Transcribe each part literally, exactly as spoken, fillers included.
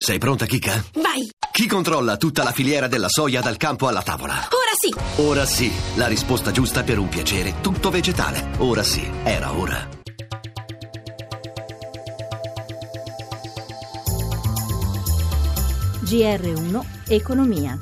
Sei pronta, Kika? Vai! Chi controlla tutta la filiera della soia dal campo alla tavola? Ora sì! Ora sì, la risposta giusta per un piacere tutto vegetale. Ora sì, era ora. G R uno Economia.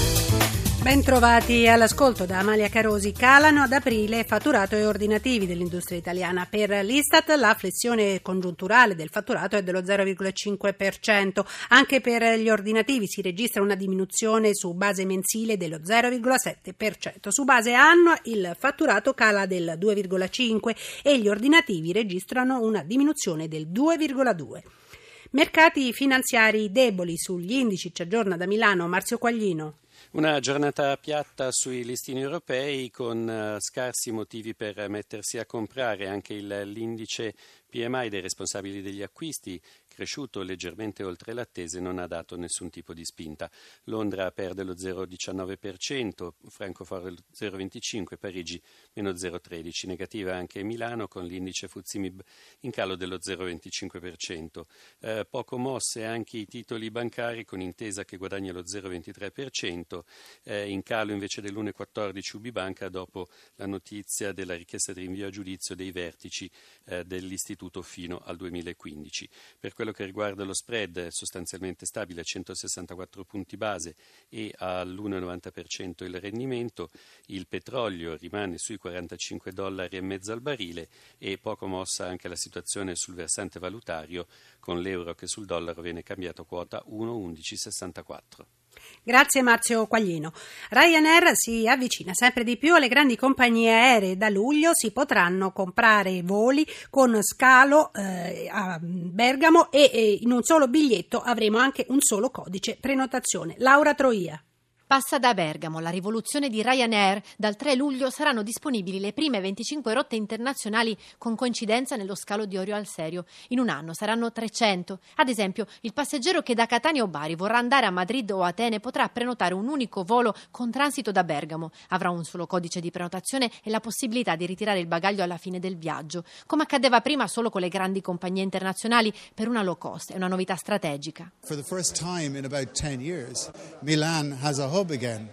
Ben-trovati all'ascolto da Amalia Carosi. Calano ad aprile fatturato e ordinativi dell'industria italiana. Per l'Istat la flessione congiunturale del fatturato è dello zero virgola cinque per cento. Anche per gli ordinativi si registra una diminuzione su base mensile dello zero virgola sette per cento. Su base annua il fatturato cala del due virgola cinque per cento e gli ordinativi registrano una diminuzione del due virgola due per cento. Mercati finanziari deboli sugli indici, ci aggiorna da Milano Marzio Quaglino. Una giornata piatta sui listini europei con uh, scarsi motivi per mettersi a comprare. Anche il, l'indice P M I dei responsabili degli acquisti, cresciuto leggermente oltre l'attese, non ha dato nessun tipo di spinta. Londra perde lo zero virgola diciannove per cento, Francoforte lo zero virgola venticinque per cento, Parigi meno zero virgola tredici per cento. Negativa anche Milano con l'indice F T S E M I B in calo dello zero virgola venticinque per cento. Eh, poco mosse anche i titoli bancari con Intesa che guadagna lo zero virgola ventitré per cento, eh, in calo invece dell'uno virgola quattordici per cento U B Banca dopo la notizia della richiesta di rinvio a giudizio dei vertici eh, dell'istituto fino al duemilaquindici. Per quello che riguarda lo spread, sostanzialmente stabile a centosessantaquattro punti base e all'uno virgola novanta per cento il rendimento. Il petrolio rimane sui quarantacinque dollari e mezzo al barile e poco mossa anche la situazione sul versante valutario, con l'euro che sul dollaro viene cambiato quota uno virgola undici sessantaquattro. Grazie Marzio Quaglino. Ryanair si avvicina sempre di più alle grandi compagnie aeree. Da luglio si potranno comprare voli con scalo eh, a Bergamo e eh, in un solo biglietto avremo anche un solo codice prenotazione. Laura Troia. Passa da Bergamo la rivoluzione di Ryanair. Dal tre luglio saranno disponibili le prime venticinque rotte internazionali con coincidenza nello scalo di Orio al Serio. In un anno saranno trecento. Ad esempio, il passeggero che da Catania o Bari vorrà andare a Madrid o Atene potrà prenotare un unico volo con transito da Bergamo. Avrà un solo codice di prenotazione e la possibilità di ritirare il bagaglio alla fine del viaggio, come accadeva prima solo con le grandi compagnie internazionali per una low cost. È una novità strategica. For the first time in about ten years, Milan has a hub again.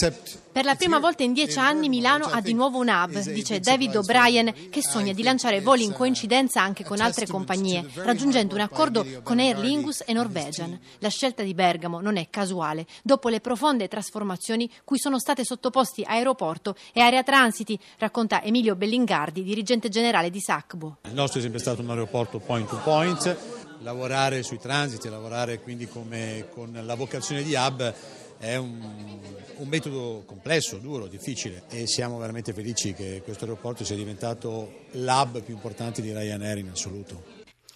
Per la prima volta in dieci anni Milano ha di nuovo un hub, dice David O'Brien, che sogna di lanciare voli in coincidenza anche con altre compagnie, raggiungendo un accordo con Aer Lingus e Norwegian. La scelta di Bergamo non è casuale, dopo le profonde trasformazioni cui sono state sottoposti aeroporto e area transiti, racconta Emilio Bellingardi, dirigente generale di Sacbo. Il nostro è sempre stato un aeroporto point to point, lavorare sui transiti, lavorare quindi come, con la vocazione di hub è un, un metodo complesso, duro, difficile e siamo veramente felici che questo aeroporto sia diventato l'hub più importante di Ryanair in assoluto.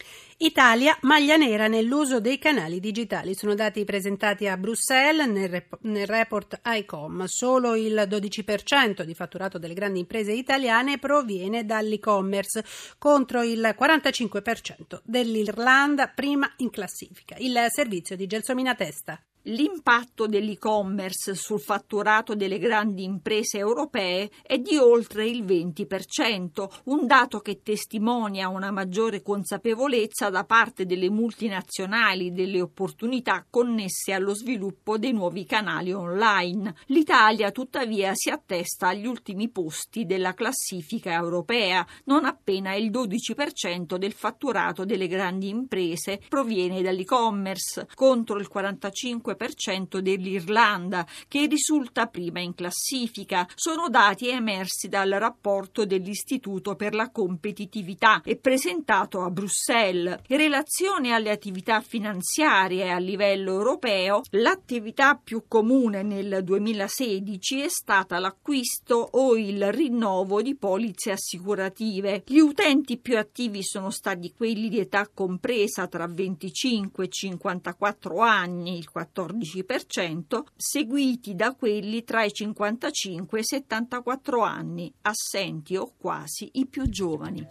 Italia, maglia nera nell'uso dei canali digitali. Sono dati presentati a Bruxelles nel, rep- nel report I C O M. Solo il dodici per cento di fatturato delle grandi imprese italiane proviene dall'e-commerce, contro il quarantacinque per cento dell'Irlanda, prima in classifica. Il servizio di Gelsomina Testa. L'impatto dell'e-commerce sul fatturato delle grandi imprese europee è di oltre il venti per cento, un dato che testimonia una maggiore consapevolezza da parte delle multinazionali delle opportunità connesse allo sviluppo dei nuovi canali online. L'Italia, tuttavia, si attesta agli ultimi posti della classifica europea. Non appena il dodici per cento del fatturato delle grandi imprese proviene dall'e-commerce, contro il quarantacinque per cento dell'Irlanda, che risulta prima in classifica. Sono dati emersi dal rapporto dell'Istituto per la competitività e presentato a Bruxelles. In relazione alle attività finanziarie a livello europeo, l'attività più comune nel duemilasedici è stata l'acquisto o il rinnovo di polizze assicurative. Gli utenti più attivi sono stati quelli di età compresa tra venticinque e cinquantaquattro anni, il quattordici per cento, seguiti da quelli tra i cinquantacinque e i settantaquattro anni, assenti o quasi i più giovani.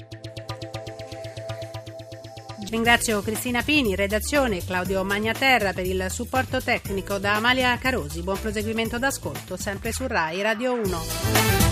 Ringrazio Cristina Pini, redazione, Claudio Magnaterra per il supporto tecnico, da Amalia Carosi. Buon proseguimento d'ascolto, sempre su Rai Radio uno.